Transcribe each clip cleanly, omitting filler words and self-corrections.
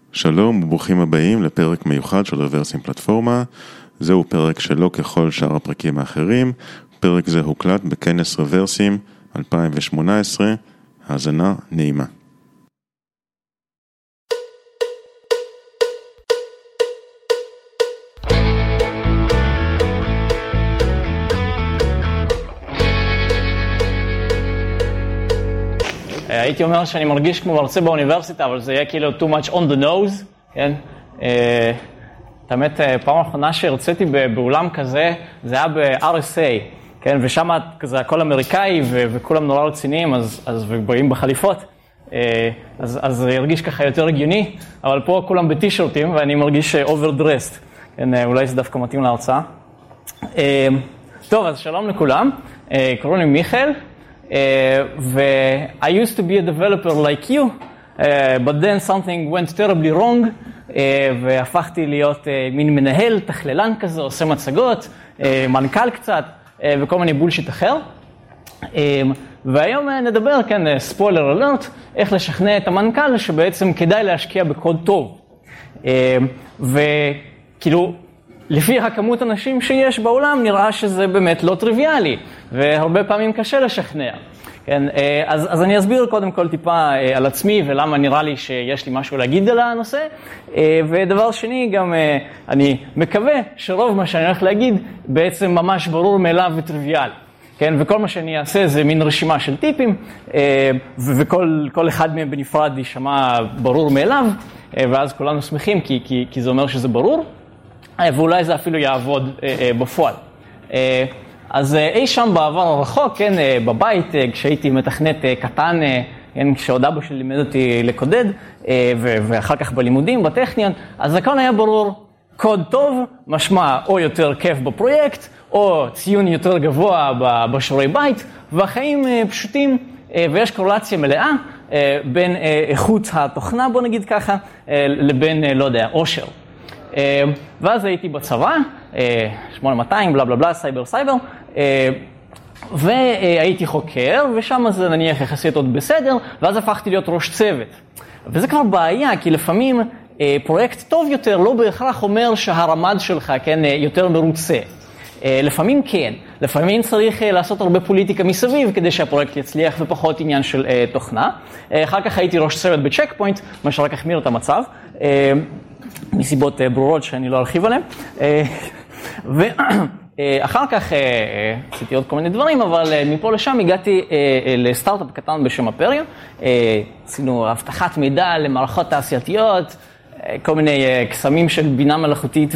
שלום וברוכים הבאים לפרק מיוחד של רוורסים פלטפורמה. זהו פרק שלא ככל שאר הפרקים האחרים. פרק זה הוקלט בכנס רוורסים 2018. האזנה נעימה. הייתי אומר שאני מרגיש כמו מרצה באוניברסיטה, אבל זה יהיה כאילו too much on the nose, כן? האמת, פעם האחרונה שהרציתי באולם כזה, זה היה ב-RSA, כן? ושם כזה הכל אמריקאי וכולם נורא רציניים, אז ובאים בחליפות, אז זה ירגיש ככה יותר הגיוני, אבל פה כולם בטישרטים ואני מרגיש overdressed, כן? אולי זה דווקא מתאים להרצאה. טוב, אז שלום לכולם, קוראים לי מיכאל, I used to be a developer like you, but then something went terribly wrong, והפכתי להיות מין מנהל, תכללן כזה, עושה מצגות, מנכ"ל קצת, וכל מיני בולשיט אחר. והיום נדבר, כן, ספוילר אלרט, איך לשכנע את המנכ"ל שבעצם כדאי להשקיע בקוד טוב. וכאילו, לפי הכמות אנשים שיש בעולם, נראה שזה באמת לא טריוויאלי, והרבה פעמים קשה לשכנע. כן, אז אני אסביר קודם כל טיפה על עצמי, ולמה נראה לי שיש לי משהו להגיד על הנושא. ודבר שני, גם אני מקווה שרוב מה שאני הולך להגיד, בעצם ממש ברור מאליו וטריוויאלי. כן, וכל מה שאני אעשה זה מין רשימה של טיפים, וכל אחד מהם בנפרד יישמע ברור מאליו, ואז כולנו שמחים, כי זה אומר שזה ברור. ואולי זה אפילו יעבוד בפועל. אז אי שם בעבר הרחוק, כן, בבית, כשהייתי מתכנת קטן, כן, כשעוד אבא שלי לימד אותי לקודד, ואחר כך בלימודים, בטכניון, אז הכל היה ברור, קוד טוב, משמע או יותר כיף בפרויקט, או ציון יותר גבוה בשיעורי בית, והחיים פשוטים, ויש קורלציה מלאה בין איכות התוכנה, בוא נגיד ככה, לבין, לא יודע, אושר. ואז הייתי בצבא, 8200, בלה בלה בלה, סייבר, והייתי חוקר, ושם זה נניח יחסית עוד בסדר, ואז הפכתי להיות ראש צוות. וזה כבר בעיה, כי לפעמים פרויקט טוב יותר לא בהכרח אומר שהרמד שלך, כן, יותר מרוצה. לפעמים כן, לפעמים צריך לעשות הרבה פוליטיקה מסביב כדי שהפרויקט יצליח ופחות עניין של תוכנה. אחר כך הייתי ראש צוות בצ'ק פוינט, מה שרק החמיר את המצב. מסיבות ברורות שאני לא ארחיב עליהן. ואחר כך עשיתי עוד כל מיני דברים, אבל מפה לשם הגעתי לסטארט-אפ קטן בשם אפריה. עשינו הבטחת מידע למערכות תעשייתיות, כל מיני קסמים של בינה מלאכותית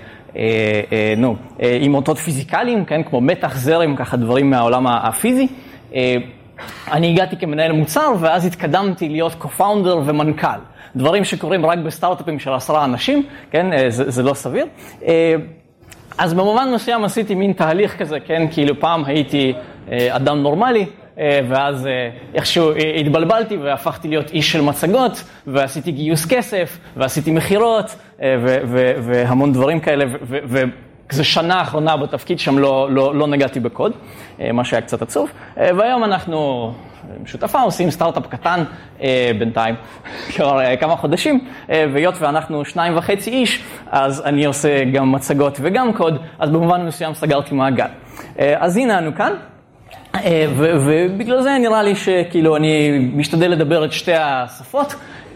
עם אותות פיזיקליים, כן, כמו מתח זרם, ככה דברים מהעולם הפיזי. אני הגעתי כמנהל מוצר, ואז התקדמתי להיות co-founder ומנכ"ל. דברים שקורים רק בסטארט-אפים של 10 אנשים, כן, זה לא סביר. אז במובן מסוים עשיתי מין תהליך כזה, כן, כאילו פעם הייתי אדם נורמלי, ואז איכשהו התבלבלתי והפכתי להיות איש של מצגות, ועשיתי גיוס כסף, ועשיתי מחירות, והמון דברים כאלה, וכזה שנה האחרונה בתפקיד שם לא נגעתי בקוד, מה שהיה קצת עצוב. והיום אנחנו שותפה, עושים סטארט-אפ קטן בינתיים, כמה חודשים, והיות ואנחנו 2.5 איש, אז אני עושה גם מצגות וגם קוד, אז במובן מסוים סגרתי מעגל. אז הנה אנו כאן, ובגלל זה נראה לי שכאילו אני משתדל לדבר את שתי השפות,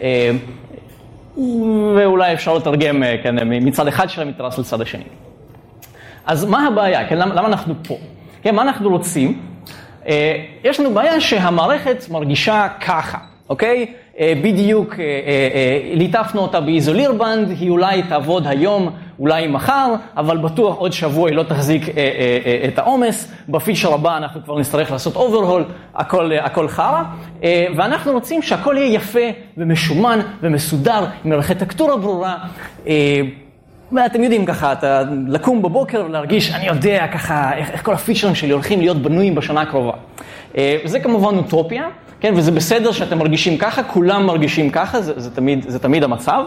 ואולי אפשר לתרגם כן, מצד אחד של המתרס לצד השני. אז מה הבעיה? כן, למה אנחנו פה? כן, מה אנחנו רוצים? יש לנו בעיה שהמערכת מרגישה ככה, אוקיי? בדיוק ליטפנו אותה באיזוליר בנד, היא אולי תעבוד היום, אולי מחר, אבל בטוח עוד שבוע היא לא תחזיק את העומס. בפיצ'ר הבא אנחנו כבר נצטרך לעשות אוברהול, הכל חרה, ואנחנו רוצים שהכל יהיה יפה ומשומן ומסודר, עם ארכיטקטורה ברורה. ואתם יודעים ככה, לקום בבוקר ולהרגיש, אני יודע ככה, איך כל הפיצ'רים שלי הולכים להיות בנויים בשנה הקרובה. זה כמובן אוטופיה, כן, וזה בסדר שאתם מרגישים ככה, כולם מרגישים ככה, זה תמיד המצב,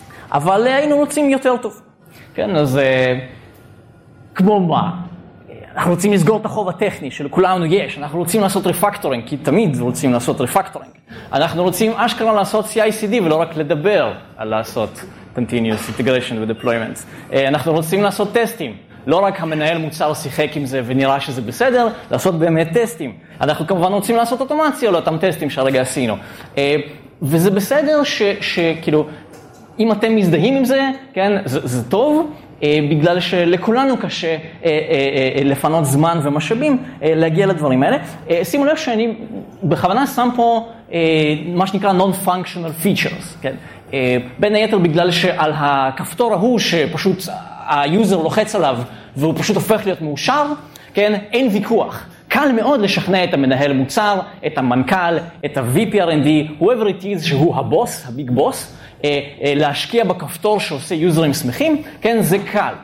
אבל היינו רוצים יותר טוב. כן, אז כמו מה? אנחנו רוצים לסגור את החוב הטכני שלכולנו יש, אנחנו רוצים לעשות רפקטורינג, כי תמיד רוצים לעשות רפקטורינג. אנחנו רוצים אשכרה לעשות CI/CD ולא רק לדבר על לעשות continuous integration ו-deployment. אנחנו רוצים לעשות טסטים. לא רק המנהל מוצר שיחק עם זה ונראה שזה בסדר, לעשות באמת טסטים. אנחנו כמובן רוצים לעשות אוטומציה לאותם טסטים שהרגע עשינו. וזה בסדר שכאילו, אם אתם מזדהים עם זה, כן, זה טוב, בגלל שלכולנו קשה לפנות זמן ומשאבים להגיע לדברים האלה. שימו לב שאני בכוונה שם פה מה שנקרא non-functional features, כן? בין היתר בגלל שעל הכפתור ההוא שפשוט היוזר לוחץ עליו והוא פשוט הופך להיות מאושר, כן? אין ויכוח. קל מאוד לשכנע את המנהל מוצר, את המנכ"ל, את ה-VP R&D, whoever it is שהוא הבוס, הביג בוס, להשקיע בכפתור שעושה יוזרים שמחים, כן? זה קל.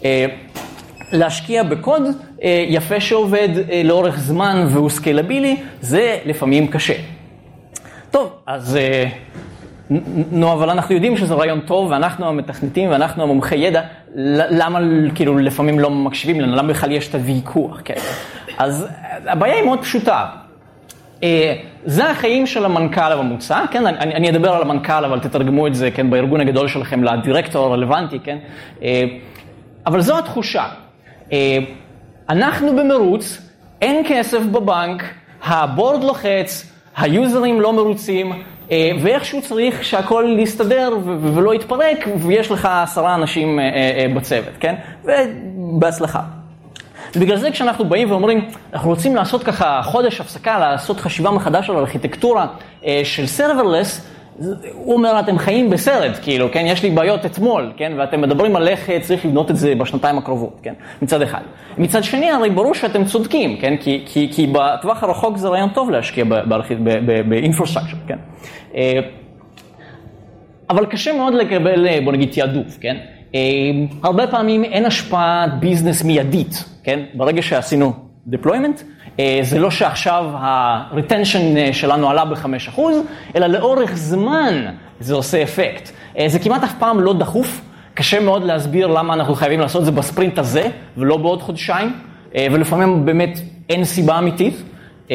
להשקיע בקוד יפה שעובד לאורך זמן והוא סקיילבילי, זה לפעמים קשה. טוב, אז נו, אבל אנחנו יודעים שזה רעיון טוב, ואנחנו המתכנתים, ואנחנו המומחי ידע, למה כאילו לפעמים לא מקשיבים לנו, למה בכלל יש את הוויכוח, כן? אז הבעיה היא מאוד פשוטה. זה החיים של המנכ"ל במוצר, כן? אני אדבר על המנכ"ל, אבל תתרגמו את זה, כן? בארגון הגדול שלכם, לדירקטור הרלוונטי, כן? אבל זו התחושה. אנחנו במרוץ, אין כסף בבנק, הבורד לוחץ, היוזרים לא מרוצים, ואיכשהו צריך שהכל יסתדר ולא יתפרק, ויש לך 10 אנשים בצוות, כן? ובהצלחה. בגלל זה כשאנחנו באים ואומרים, אנחנו רוצים לעשות ככה חודש הפסקה, לעשות חשיבה מחדש על הארכיטקטורה של סרברלס, הוא אומר, אתם חיים בסרט, כאילו, כן? יש לי בעיות אתמול, כן? ואתם מדברים על איך צריך לבנות את זה בשנתיים הקרובות, כן? מצד אחד. מצד שני, הרי ברור שאתם צודקים, כן? כי בטווח הרחוק זה רעיון טוב להשקיע באינפרסטרקצ'ר, כן? אבל קשה מאוד לקבל, בוא נגיד, תעדוף, כן? הרבה פעמים אין השפעת ביזנס מיידית, כן? ברגע שעשינו deployment, זה לא שעכשיו ה-retention שלנו עלה ב5%, אלא לאורך זמן זה עושה אפקט. זה כמעט אף פעם לא דחוף, קשה מאוד להסביר למה אנחנו חייבים לעשות את זה בספרינט הזה, ולא בעוד חודשיים, ולפעמים באמת אין סיבה אמיתית.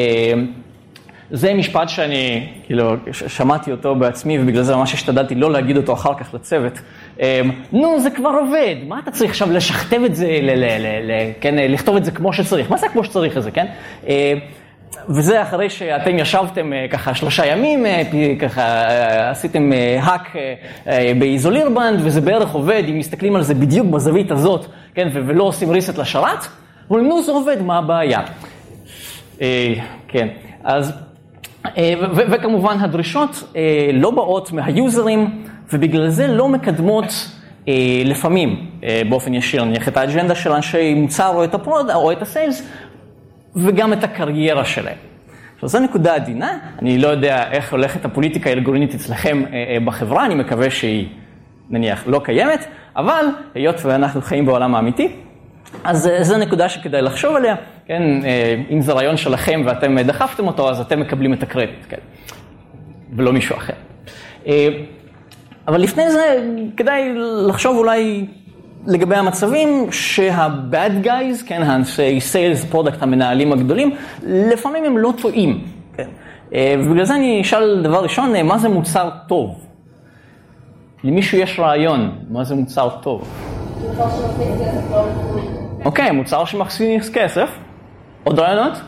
זה משפט שאני, כאילו, שמעתי אותו בעצמי, ובגלל זה ממש השתדלתי לא להגיד אותו אחר כך לצוות. נו, זה כבר עובד, מה אתה צריך עכשיו לשכתב את זה, כן, לכתוב את זה כמו שצריך? מה זה כמו שצריך את זה, כן? וזה אחרי שאתם ישבתם ככה 3 ימים, ככה עשיתם האק באיזולירבנד, וזה בערך עובד, אם מסתכלים על זה בדיוק בזווית הזאת, כן, ולא עושים ריסט לשרת, אומרים, נו, זה עובד, מה הבעיה? כן, אז, וכמובן הדרישות לא באות מהיוזרים, ובגלל זה לא מקדמות לפעמים באופן ישיר, נניח את האג'נדה של אנשי מוצר או את הפרוד או את הסיילס, וגם את הקריירה שלהם. עכשיו, זו נקודה עדינה, אני לא יודע איך הולכת הפוליטיקה הארגונית אצלכם בחברה, אני מקווה שהיא נניח לא קיימת, אבל היות ואנחנו חיים בעולם האמיתי, אז זו נקודה שכדאי לחשוב עליה, כן? אם זה רעיון שלכם ואתם דחפתם אותו, אז אתם מקבלים את הקרדיט, כן? ולא מישהו אחר. אבל לפני זה כדאי לחשוב אולי לגבי המצבים שה-bad guys, כן, האנשי sales product, המנהלים הגדולים, לפעמים הם לא טועים. כן? ובגלל זה אני אשאל דבר ראשון, מה זה מוצר טוב? למישהו יש רעיון, מה זה מוצר טוב? אוקיי, מוצר שמכניס כסף. עוד רעיונות?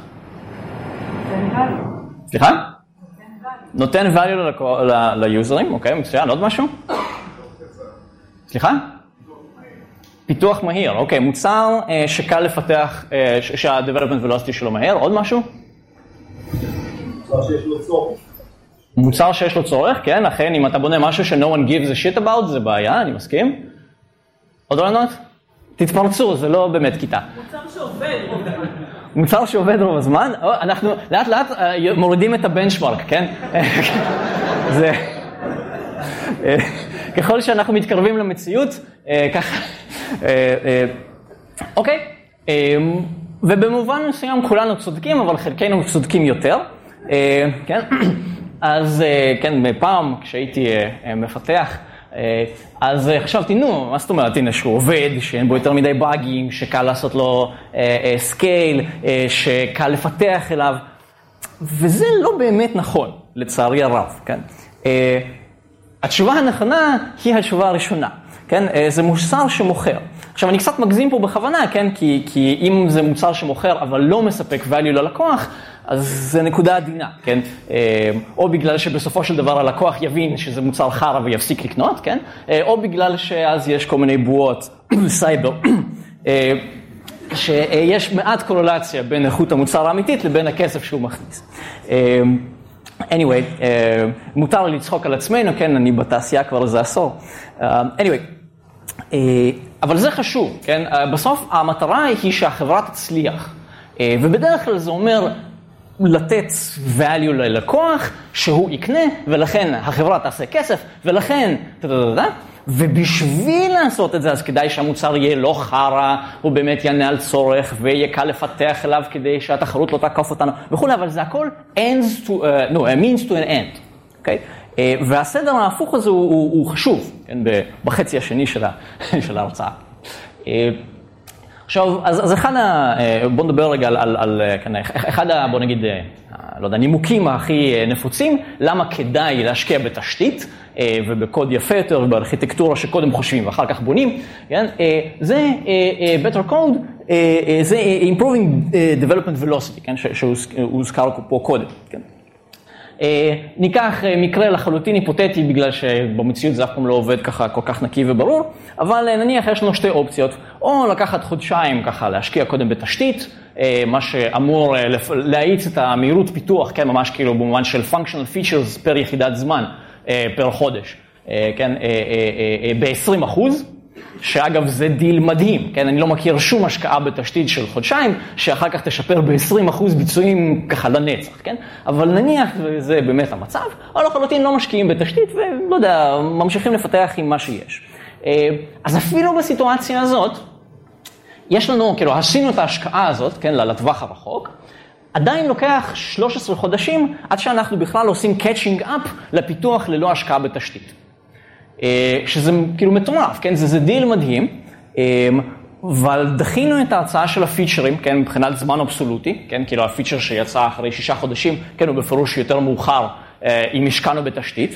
סליחה? נותן value ליוזרים, אוקיי, מצוין, עוד משהו? סליחה? פיתוח מהיר, אוקיי, מוצר שקל לפתח, שה-development velocity שלו מהר, עוד משהו? מוצר שיש לו צורך. מוצר שיש לו צורך, כן, אכן, אם אתה בונה משהו ש-no one gives a shit about, זה בעיה, אני מסכים. עוד רעיונות? תתפרצו, זה לא באמת כיתה. מוצר שעובד רוב הזמן. מוצר שעובד רוב הזמן, אנחנו לאט לאט מורידים את הבנצ'מרק, כן? זה... ככל שאנחנו מתקרבים למציאות, ככה... אוקיי, ובמובן מסוים כולנו צודקים, אבל חלקנו צודקים יותר, כן? אז כן, פעם כשהייתי מפתח, אז חשבתי, נו, מה זאת אומרת, הנה שהוא עובד, שאין בו יותר מדי באגים, שקל לעשות לו סקייל, שקל לפתח אליו, וזה לא באמת נכון, לצערי הרב, כן? התשובה הנכונה היא התשובה הראשונה, כן? זה מוצר שמוכר. עכשיו, אני קצת מגזים פה בכוונה, כן? כי אם זה מוצר שמוכר, אבל לא מספק value ללקוח, אז זה נקודה עדינה, כן? או בגלל שבסופו של דבר הלקוח יבין שזה מוצר חרא ויפסיק לקנות, כן? או בגלל שאז יש כל מיני בועות סייבר, שיש מעט קורלציה בין איכות המוצר האמיתית לבין הכסף שהוא מכניס. anyway, מותר לי לצחוק על עצמנו, כן? אני בתעשייה כבר איזה עשור. anyway, אבל זה חשוב, כן? בסוף המטרה היא שהחברה תצליח, ובדרך כלל זה אומר לתת value ללקוח שהוא יקנה, ולכן החברה תעשה כסף, ולכן, ובשביל לעשות את זה, אז כדאי שהמוצר יהיה לא חרא, הוא באמת יענה על צורך, ויהיה קל לפתח אליו כדי שהתחרות לא תקוף אותנו, וכו', אבל זה הכל means to an end, אוקיי? והסדר ההפוך הזה הוא חשוב, כן, בחצי השני של ההרצאה. עכשיו, אז בוא נדבר רגע על בוא נגיד, לא יודע, נימוקים הכי נפוצים, למה כדאי להשקיע בתשתית, ובקוד יפה יותר, ובארכיטקטורה שקודם חושבים ואחר כך בונים, כן? זה better code, זה improving development velocity, כן? שהוזכר פה קודם, כן? ניקח מקרה לחלוטין היפותטי, בגלל שבמציאות זה אף פעם לא עובד ככה כל כך נקי וברור, אבל נניח יש לנו שתי אופציות, או לקחת חודשיים ככה להשקיע קודם בתשתית, מה שאמור להאיץ את המהירות פיתוח, כן, ממש כאילו במובן של functional features פר יחידת זמן, פר חודש, כן, ב-20%, שאגב זה דיל מדהים, כן, אני לא מכיר שום השקעה בתשתית של חודשיים, שאחר כך תשפר ב-20% ביצועים ככה לנצח, כן, אבל נניח זה באמת המצב, או לחלוטין לא משקיעים בתשתית, ולא יודע, ממשיכים לפתח עם מה שיש. אז אפילו בסיטואציה הזאת, יש לנו, כאילו, עשינו את ההשקעה הזאת, כן, לטווח הרחוק, עדיין לוקח 13 חודשים, עד שאנחנו בכלל עושים catching up לפיתוח ללא השקעה בתשתית. שזה כאילו מטורף, כן? זה דיל מדהים, אבל דחינו את ההצעה של הפיצ'רים, כן? מבחינת זמן אבסולוטי, כן? כאילו הפיצ'ר שיצא אחרי 6 חודשים, כן? הוא בפירוש יותר מאוחר, אם השקענו בתשתית,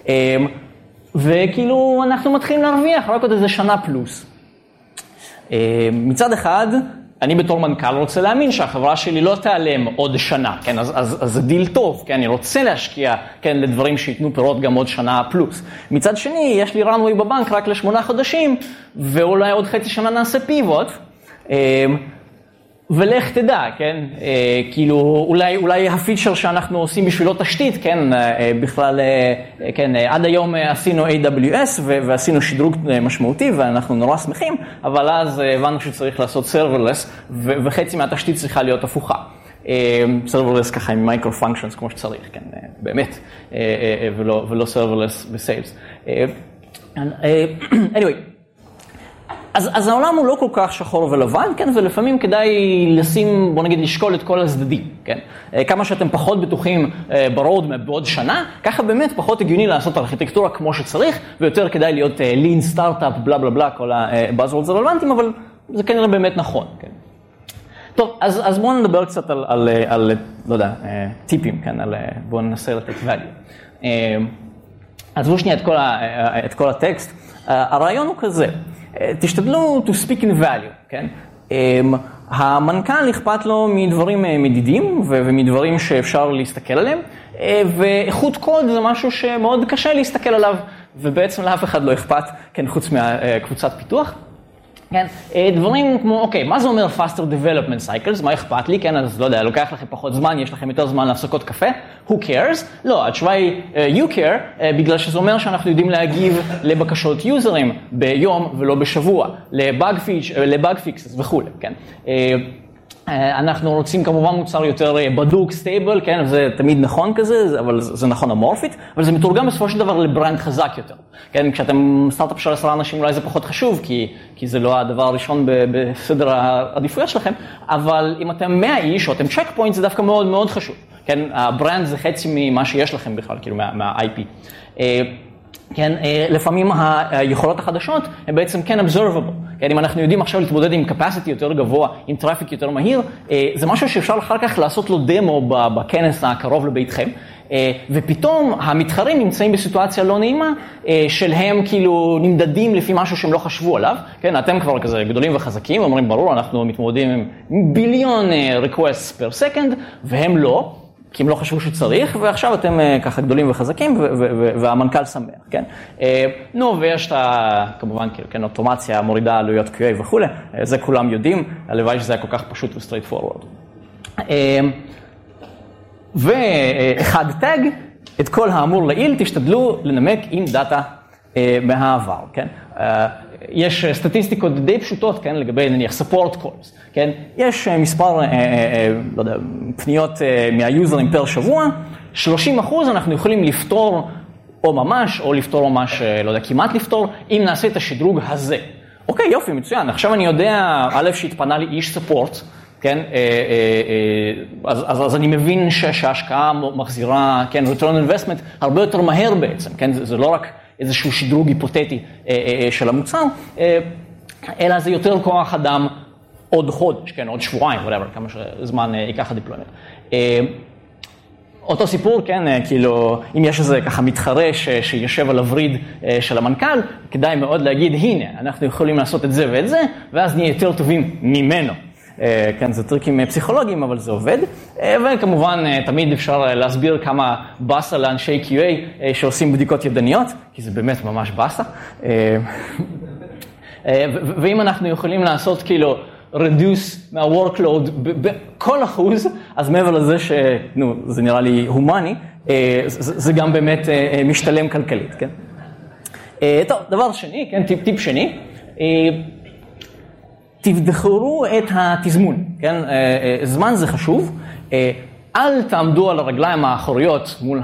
וכאילו אנחנו מתחילים להרוויח רק עוד איזה שנה פלוס. מצד אחד, אני בתור מנכ"ל רוצה להאמין שהחברה שלי לא תיעלם עוד שנה, כן? אז זה דיל טוב, כן? אני רוצה להשקיע, כן, לדברים שיתנו פירות גם עוד שנה פלוס. מצד שני, יש לי runway בבנק רק ל8 חודשים, ואולי עוד חצי שנה נעשה פיבוט, ולך תדע, כן? כאילו, אולי הפיצ'ר שאנחנו עושים בשבילו תשתית, כן? בכלל, כן, עד היום עשינו AWS ועשינו שדרוג משמעותי ואנחנו נורא שמחים, אבל אז הבנו שצריך לעשות serverless וחצי מהתשתית צריכה להיות הפוכה. serverless ככה עם micro-functions כמו שצריך, כן? באמת, ולא serverless בסיילס. anyway. אז העולם הוא לא כל כך שחור ולבן, כן, ולפעמים כדאי לשים, בוא נגיד, לשקול את כל הצדדים, כן. כמה שאתם פחות בטוחים ברודמפ בעוד שנה, ככה באמת פחות הגיוני לעשות ארכיטקטורה כמו שצריך, ויותר כדאי להיות lean startup, בלה בלה בלה, כל הבאזוורדס הרלוונטיים, אבל זה כנראה באמת נכון, כן. טוב, אז בואו נדבר קצת על לא יודע, טיפים, כן, בואו ננסה לתת value. עזבו שנייה את כל הטקסט. הרעיון הוא כזה. תשתדלו to speak in value, כן? המנכ"ל אכפת לו מדברים מדידים ומדברים שאפשר להסתכל עליהם, ואיכות קוד זה משהו שמאוד קשה להסתכל עליו, ובעצם לאף אחד לא אכפת, כן, חוץ מהקבוצת פיתוח. כן, דברים כמו, אוקיי, מה זה אומר faster development cycles? מה אכפת לי? כן, אז לא יודע, לוקח לכם פחות זמן, יש לכם יותר זמן להפסקות קפה? Who cares? לא, התשובה היא you care, בגלל שזה אומר שאנחנו יודעים להגיב לבקשות יוזרים ביום ולא בשבוע, לבאג פיקסס וכו', כן? אנחנו רוצים כמובן מוצר יותר בדוק, סטייבל, כן, זה תמיד נכון כזה, אבל זה נכון אמורפית, אבל זה מתורגם בסופו של דבר לברנד חזק יותר. כן, כשאתם סטארט-אפ של 10 אנשים אולי זה פחות חשוב, כי זה לא הדבר הראשון בסדר העדיפויות שלכם, אבל אם אתם 100 איש או אתם צ'ק פוינט זה דווקא מאוד מאוד חשוב. כן, הברנד זה חצי ממה שיש לכם בכלל, כאילו מה-IP. כן, לפעמים היכולות החדשות הן בעצם כן observable. כן, אם אנחנו יודעים עכשיו להתמודד עם capacity יותר גבוה, עם טראפיק יותר מהיר, זה משהו שאפשר אחר כך לעשות לו דמו בכנס הקרוב לביתכם. ופתאום המתחרים נמצאים בסיטואציה לא נעימה, שלהם כאילו נמדדים לפי משהו שהם לא חשבו עליו. כן, אתם כבר כזה גדולים וחזקים, אומרים ברור, אנחנו מתמודדים עם ביליון requests per second, והם לא. כי הם לא חשבו שצריך, ועכשיו אתם ככה גדולים וחזקים, והמנכ"ל שמח, כן? נו, ויש את כמובן, כן, אוטומציה, מורידה עלויות QA וכו', זה כולם יודעים, הלוואי שזה היה כל כך פשוט וסטרייט פורוורד. ואחד טאג, את כל האמור לעיל, תשתדלו לנמק עם דאטה מהעבר, כן? יש סטטיסטיקות די פשוטות, כן, לגבי נניח support calls, כן? יש מספר, לא יודע, פניות מהיוזרים פר שבוע, 30% אנחנו יכולים לפתור או ממש, או לפתור ממש, לא יודע, כמעט לפתור, אם נעשה את השדרוג הזה. אוקיי, יופי, מצוין. עכשיו אני יודע, א' שהתפנה לי איש support, כן? אז אני מבין שההשקעה מחזירה, כן, return on investment הרבה יותר מהר בעצם, כן? זה לא רק איזשהו שדרוג היפותטי של המוצר, אלא זה יותר כוח אדם עוד חודש, כן, עוד שבועיים, whatever, כמה זמן ייקח הדיפלוימנט. אותו סיפור, כן, כאילו, אם יש איזה ככה מתחרה שיושב על הווריד של המנכ"ל, כדאי מאוד להגיד, הנה, אנחנו יכולים לעשות את זה ואת זה, ואז נהיה יותר טובים ממנו. כן, זה טריקים פסיכולוגיים, אבל זה עובד. וכמובן, תמיד אפשר להסביר כמה בסה לאנשי QA שעושים בדיקות ידניות, כי זה באמת ממש בסה. ואם אנחנו יכולים לעשות כאילו reduce מה-workload בכל אחוז, אז מעבר לזה זה נראה לי הומני, זה גם באמת משתלם כלכלית, כן? טוב, דבר שני, כן, טיפ שני, תבחרו את התזמון, כן? זמן זה חשוב, אל תעמדו על הרגליים האחוריות מול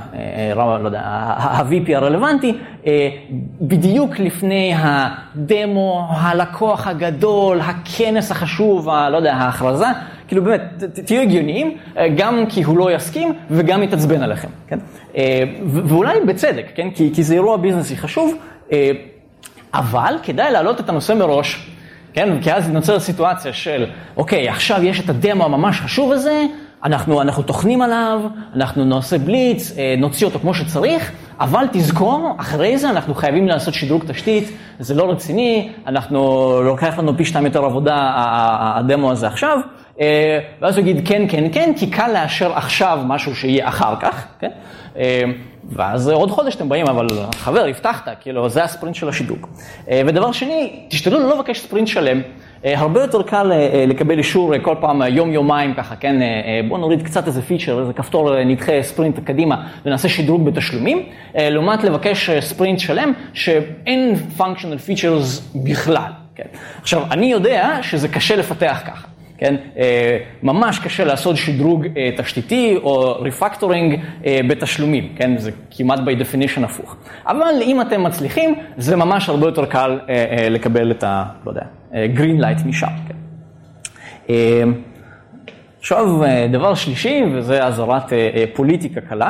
ה-VP הרלוונטי, בדיוק לפני הדמו, הלקוח הגדול, הכנס החשוב, לא יודע, ההכרזה, כאילו באמת, תהיו הגיוניים, גם כי הוא לא יסכים וגם יתעצבן עליכם, כן? ואולי בצדק, כן? כי זה אירוע ביזנסי חשוב, אבל כדאי להעלות את הנושא מראש, כן? כי אז נוצרת סיטואציה של, אוקיי, עכשיו יש את הדמו הממש חשוב הזה, אנחנו תוכנים עליו, אנחנו נעשה בליץ, נוציא אותו כמו שצריך, אבל תזכור, אחרי זה אנחנו חייבים לעשות שדרוג תשתית, זה לא רציני, לוקח לנו פי 2 יותר עבודה, הדמו הזה עכשיו, ואז הוא יגיד כן, כי קל לאשר עכשיו משהו שיהיה אחר כך, כן? ואז עוד חודש אתם באים, אבל חבר, הבטחת, כאילו, זה הספרינט של השדרוג. ודבר שני, תשתדלו לא לבקש ספרינט שלם, הרבה יותר קל לקבל אישור כל פעם יום-יומיים ככה, כן, בואו נוריד קצת איזה פיצ'ר, איזה כפתור נדחה ספרינט קדימה ונעשה שדרוג בתשלומים, לעומת לבקש ספרינט שלם שאין functional features בכלל, כן. עכשיו, אני יודע שזה קשה לפתח ככה. כן, ממש קשה לעשות שדרוג תשתיתי או ריפקטורינג בתשלומים, כן, זה כמעט by definition הפוך. אבל אם אתם מצליחים, זה ממש הרבה יותר קל לקבל את לא יודע, green light משם, כן. עכשיו, דבר שלישי, וזה עזרת פוליטיקה קלה,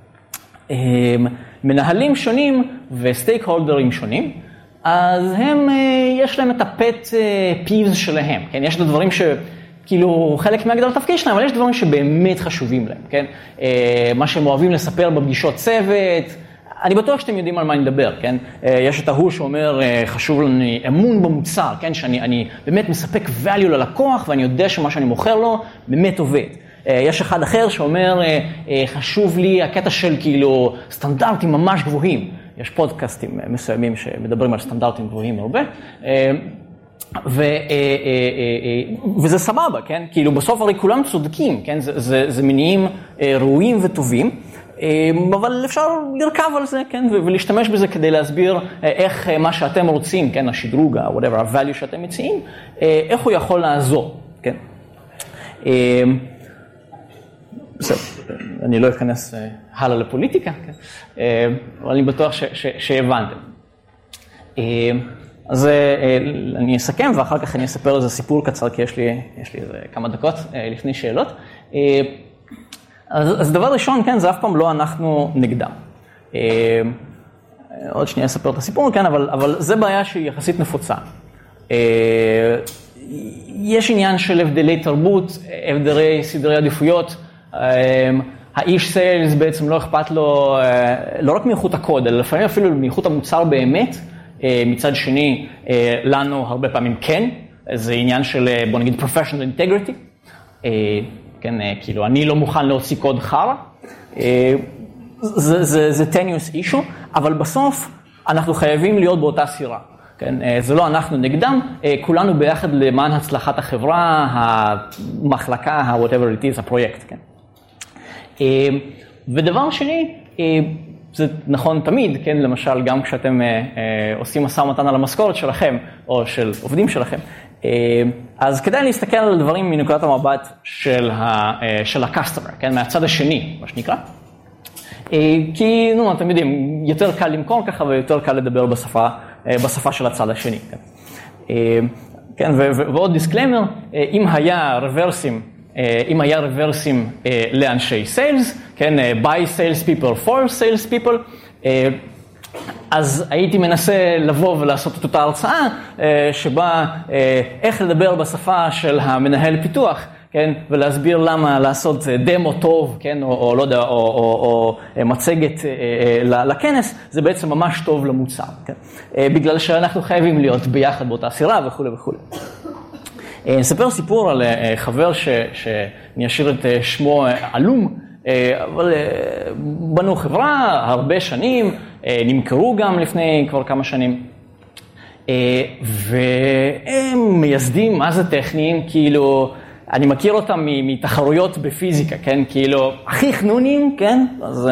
מנהלים שונים וסטייק הולדרים שונים, אז יש להם את הפט פיבס שלהם, כן? יש את הדברים שכאילו חלק מהגדל התפקיד שלהם, אבל יש דברים שבאמת חשובים להם, כן? מה שהם אוהבים לספר בפגישות צוות, אני בטוח שאתם יודעים על מה אני מדבר, כן? יש את ההוא שאומר, חשוב לנו אמון במוצר, כן? שאני באמת מספק value ללקוח, ואני יודע שמה שאני מוכר לו באמת עובד. יש אחד אחר שאומר, חשוב לי הקטע של כאילו סטנדרטים ממש גבוהים. יש פודקאסטים מסוימים שמדברים על סטנדרטים גבוהים הרבה, וזה סבבה, כן? כאילו בסוף הרי כולם צודקים, כן? זה מניעים ראויים וטובים, אבל אפשר לרכב על זה, כן? ולהשתמש בזה כדי להסביר איך מה שאתם רוצים, כן? השדרוג, whatever, ה-value שאתם מציעים, איך הוא יכול לעזור, כן? בסדר, אני לא אכנס הלאה לפוליטיקה, אבל אני בטוח שהבנתם. אז אני אסכם ואחר כך אני אספר איזה סיפור קצר, כי יש לי איזה כמה דקות לפני שאלות. אז דבר ראשון, כן, זה אף פעם לא אנחנו נגדם. עוד שנייה אספר את הסיפור, כן, אבל זה בעיה שהיא יחסית נפוצה. יש עניין של הבדלי תרבות, הבדלי סדרי עדיפויות, האיש סיילס בעצם לא אכפת לו, לא רק מאיכות הקוד, אלא לפעמים אפילו מאיכות המוצר באמת, מצד שני, לנו הרבה פעמים כן, זה עניין של, בוא נגיד, professional integrity, כן, כאילו, אני לא מוכן להוציא קוד חרא, זה tenuous issue, אבל בסוף אנחנו חייבים להיות באותה סירה. כן, זה לא אנחנו נגדם, כולנו ביחד למען הצלחת החברה, המחלקה, whatever it is, הפרויקט. כן. ודבר שני, זה נכון תמיד, כן, למשל גם כשאתם עושים משא ומתן על המשכורת שלכם, או של עובדים שלכם, אז כדאי להסתכל על דברים מנקודת המבט של ה-customer, כן, מהצד השני, מה שנקרא. כי, אתם יודעים, יותר קל למכור ככה ויותר קל לדבר בשפה של הצד השני. כן, ועוד דיסקליימר, אם היה רוורסים לאנשי סיילס, כן, by sales people for sales people, אז הייתי מנסה לבוא ולעשות את אותה הרצאה שבה איך לדבר בשפה של המנהל פיתוח, כן, ולהסביר למה לעשות דמו טוב, כן, או לא יודע, או מצגת לכנס, זה בעצם ממש טוב למוצר, כן, בגלל שאנחנו חייבים להיות ביחד באותה סירה וכו' וכו'. נספר סיפור על חבר שאני אשאיר את שמו עלום, אבל בנו חברה הרבה שנים, נמכרו גם לפני כבר כמה שנים, והם מייסדים מה זה טכניים, כאילו, אני מכיר אותם מתחרויות בפיזיקה, כן, כאילו, הכי חנונים, כן, אז,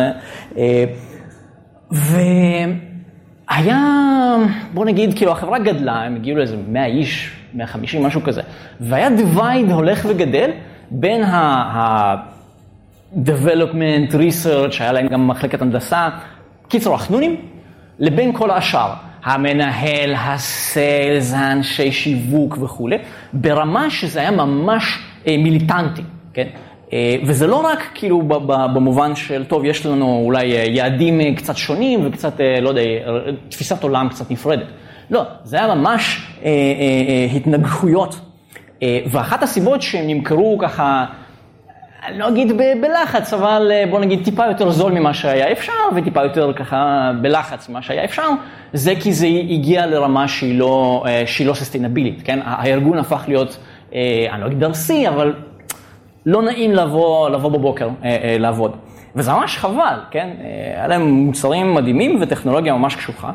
והיה, בוא נגיד, כאילו, החברה גדלה, הם הגיעו לאיזה 100 איש, 150, משהו כזה, והיה דיווייד הולך וגדל בין ה-development, research, שהיה להם גם מחלקת הנדסה, קיצור, החנונים, לבין כל השאר, המנהל, הסיילס, האנשי שיווק וכו', ברמה שזה היה ממש מיליטנטי, כן? וזה לא רק כאילו במובן של, טוב, יש לנו אולי יעדים קצת שונים וקצת, לא יודע, תפיסת עולם קצת נפרדת. לא, זה היה ממש התנגחויות. ואחת הסיבות שהם נמכרו ככה, אני לא אגיד בלחץ, אבל בוא נגיד טיפה יותר זול ממה שהיה אפשר, וטיפה יותר ככה בלחץ ממה שהיה אפשר, זה כי זה הגיע לרמה שהיא לא ססטיינבילית, כן? הארגון הפך להיות, אני לא אגיד דרסי, אבל לא נעים לבוא בבוקר לעבוד. וזה ממש חבל, כן? היה להם מוצרים מדהימים וטכנולוגיה ממש קשוחה.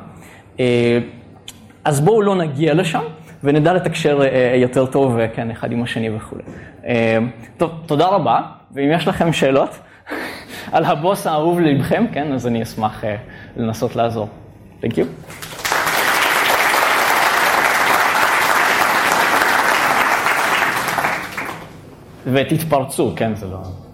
אז בואו לא נגיע לשם, ונדע לתקשר יותר טוב, כן, אחד עם השני וכו'. טוב, תודה רבה, ואם יש לכם שאלות על הבוס האהוב ללבכם, כן, אז אני אשמח לנסות לעזור. Thank you. ותתפרצו, כן, זה לא...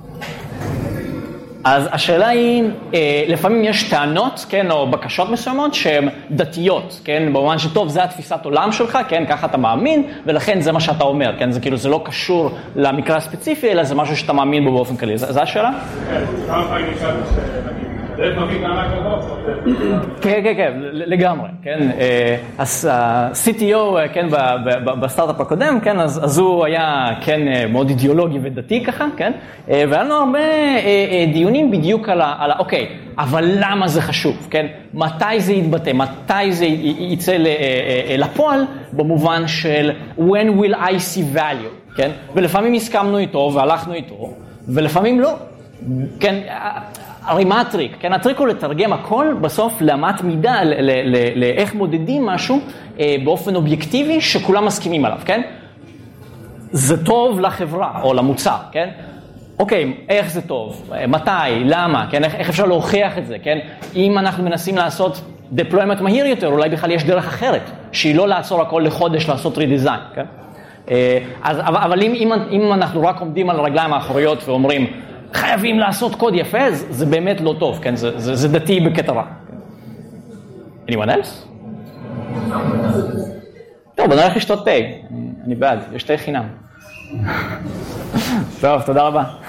אז השאלה היא, לפעמים יש טענות, כן, או בקשות מסוימות שהן דתיות, כן, במובן שטוב, זה התפיסת עולם שלך, כן, ככה אתה מאמין, ולכן זה מה שאתה אומר, כן, זה כאילו, זה לא קשור למקרה הספציפי, אלא זה משהו שאתה מאמין בו באופן כללי. זה השאלה? כמה פעמים נשאלת זה מביא טענה כזאת? כן, לגמרי, כן. אז ה-CTO, כן, בסטארט-אפ הקודם, כן, אז הוא היה, כן, מאוד אידיאולוגי ודתי ככה, כן, והיה לנו הרבה דיונים בדיוק על אוקיי, אבל למה זה חשוב, כן? מתי זה יתבטא, מתי זה יצא לפועל, במובן של when will I see value, כן? ולפעמים הסכמנו איתו והלכנו איתו, ולפעמים לא, כן? הרי מה הטריק? כן, הטריק הוא לתרגם הכל בסוף לאמת מידה, לאיך מודדים משהו באופן אובייקטיבי שכולם מסכימים עליו, כן? זה טוב לחברה או למוצר, כן? אוקיי, איך זה טוב? מתי? למה? כן? איך אפשר להוכיח את זה, כן? אם אנחנו מנסים לעשות deployment מהיר יותר, אולי בכלל יש דרך אחרת, שהיא לא לעצור הכל לחודש לעשות redesign, כן? אבל אם אנחנו רק עומדים על הרגליים האחוריות ואומרים, חייבים לעשות קוד יפה, זה באמת לא טוב, כן? זה דתי בקטע רע. Anyone else? טוב, בוא נלך לשתות תה. אני בעד, יש תה חינם. טוב, תודה רבה.